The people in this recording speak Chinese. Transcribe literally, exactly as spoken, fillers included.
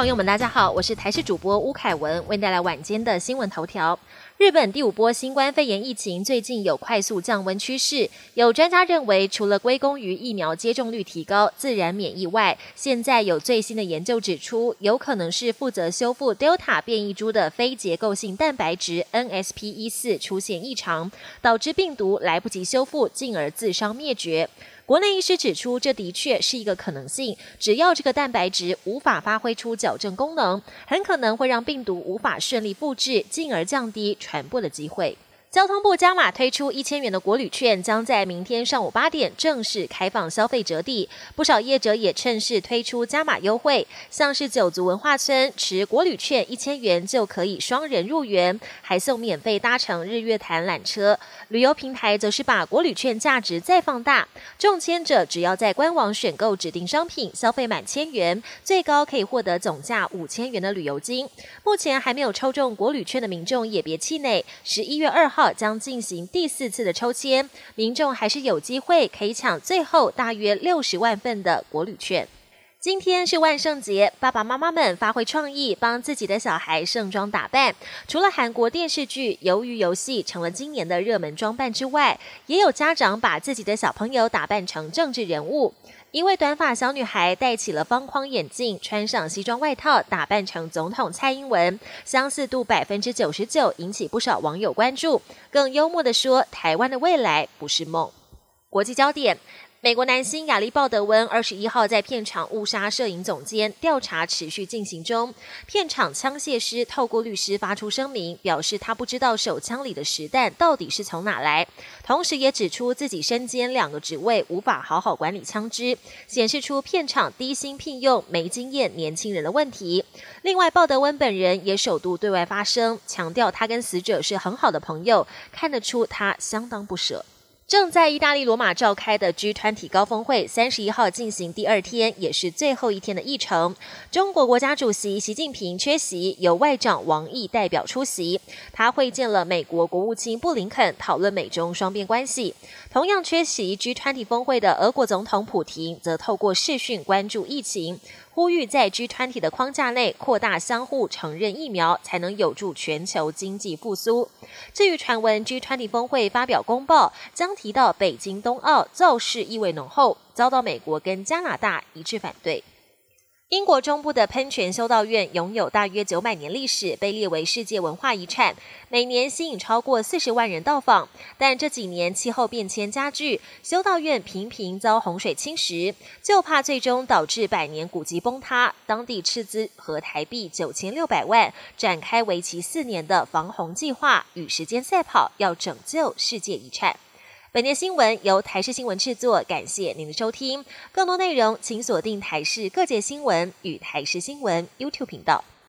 朋友们，大家好，我是台视主播吴凯文，为您带来晚间的新闻头条。日本第五波新冠肺炎疫情最近有快速降温趋势，有专家认为，除了归功于疫苗接种率提高、自然免疫外，现在有最新的研究指出，有可能是负责修复 Delta 变异株的非结构性蛋白质 N S P 十四 出现异常，导致病毒来不及修复，进而自伤灭绝。国内医师指出，这的确是一个可能性，只要这个蛋白质无法发挥出矫正功能，很可能会让病毒无法顺利复制，进而降低传播的机会。交通部加码推出一千元的国旅券，将在明天上午八点正式开放消费折抵。不少业者也趁势推出加码优惠，像是九族文化村持国旅券一千元就可以双人入园，还送免费搭乘日月潭缆车。旅游平台则是把国旅券价值再放大，中签者只要在官网选购指定商品，消费满千元，最高可以获得总价五千元的旅游金。目前还没有抽中国旅券的民众也别气馁，十一月二号将进行第四次的抽签，民众还是有机会可以抢最后大约六十万份的国旅券。今天是万圣节，爸爸妈妈们发挥创意，帮自己的小孩盛装打扮。除了韩国电视剧《鱿鱼游戏》成了今年的热门装扮之外，也有家长把自己的小朋友打扮成政治人物。一位短发小女孩戴起了方框眼镜，穿上西装外套，打扮成总统蔡英文，相似度百分之九十九，引起不少网友关注。更幽默地说：“台湾的未来不是梦。”国际焦点。美国男星亚历鲍德温二十一号在片场误杀摄影总监，调查持续进行中。片场枪械师透过律师发出声明，表示他不知道手枪里的实弹到底是从哪来，同时也指出自己身兼两个职位，无法好好管理枪支，显示出片场低薪聘用没经验年轻人的问题。另外，鲍德温本人也首度对外发声，强调他跟死者是很好的朋友，看得出他相当不舍。正在意大利罗马召开的 G 二十 高峰会三十一号进行第二天，也是最后一天的议程。中国国家主席习近平缺席，由外长王毅代表出席。他会见了美国国务卿布林肯，讨论美中双边关系。同样缺席 G 二十 峰会的俄国总统普廷则透过视讯关注疫情，呼吁在 G 二十 的框架内扩大相互承认疫苗，才能有助全球经济复苏。至于传闻 G 二十 峰会发表公报，将提到北京冬奥造势意味浓厚，遭到美国跟加拿大一致反对。英国中部的喷泉修道院拥有大约九百年历史，被列为世界文化遗产，每年吸引超过四十万人到访。但这几年气候变迁加剧，修道院频频遭洪水侵蚀，就怕最终导致百年古迹崩塌。当地斥资和台币九千六百万，展开为期四年的防洪计划，与时间赛跑，要拯救世界遗产。本节新闻由台视新闻制作，感谢您的收听。更多内容请锁定台视各界新闻与台视新闻 YouTube 频道。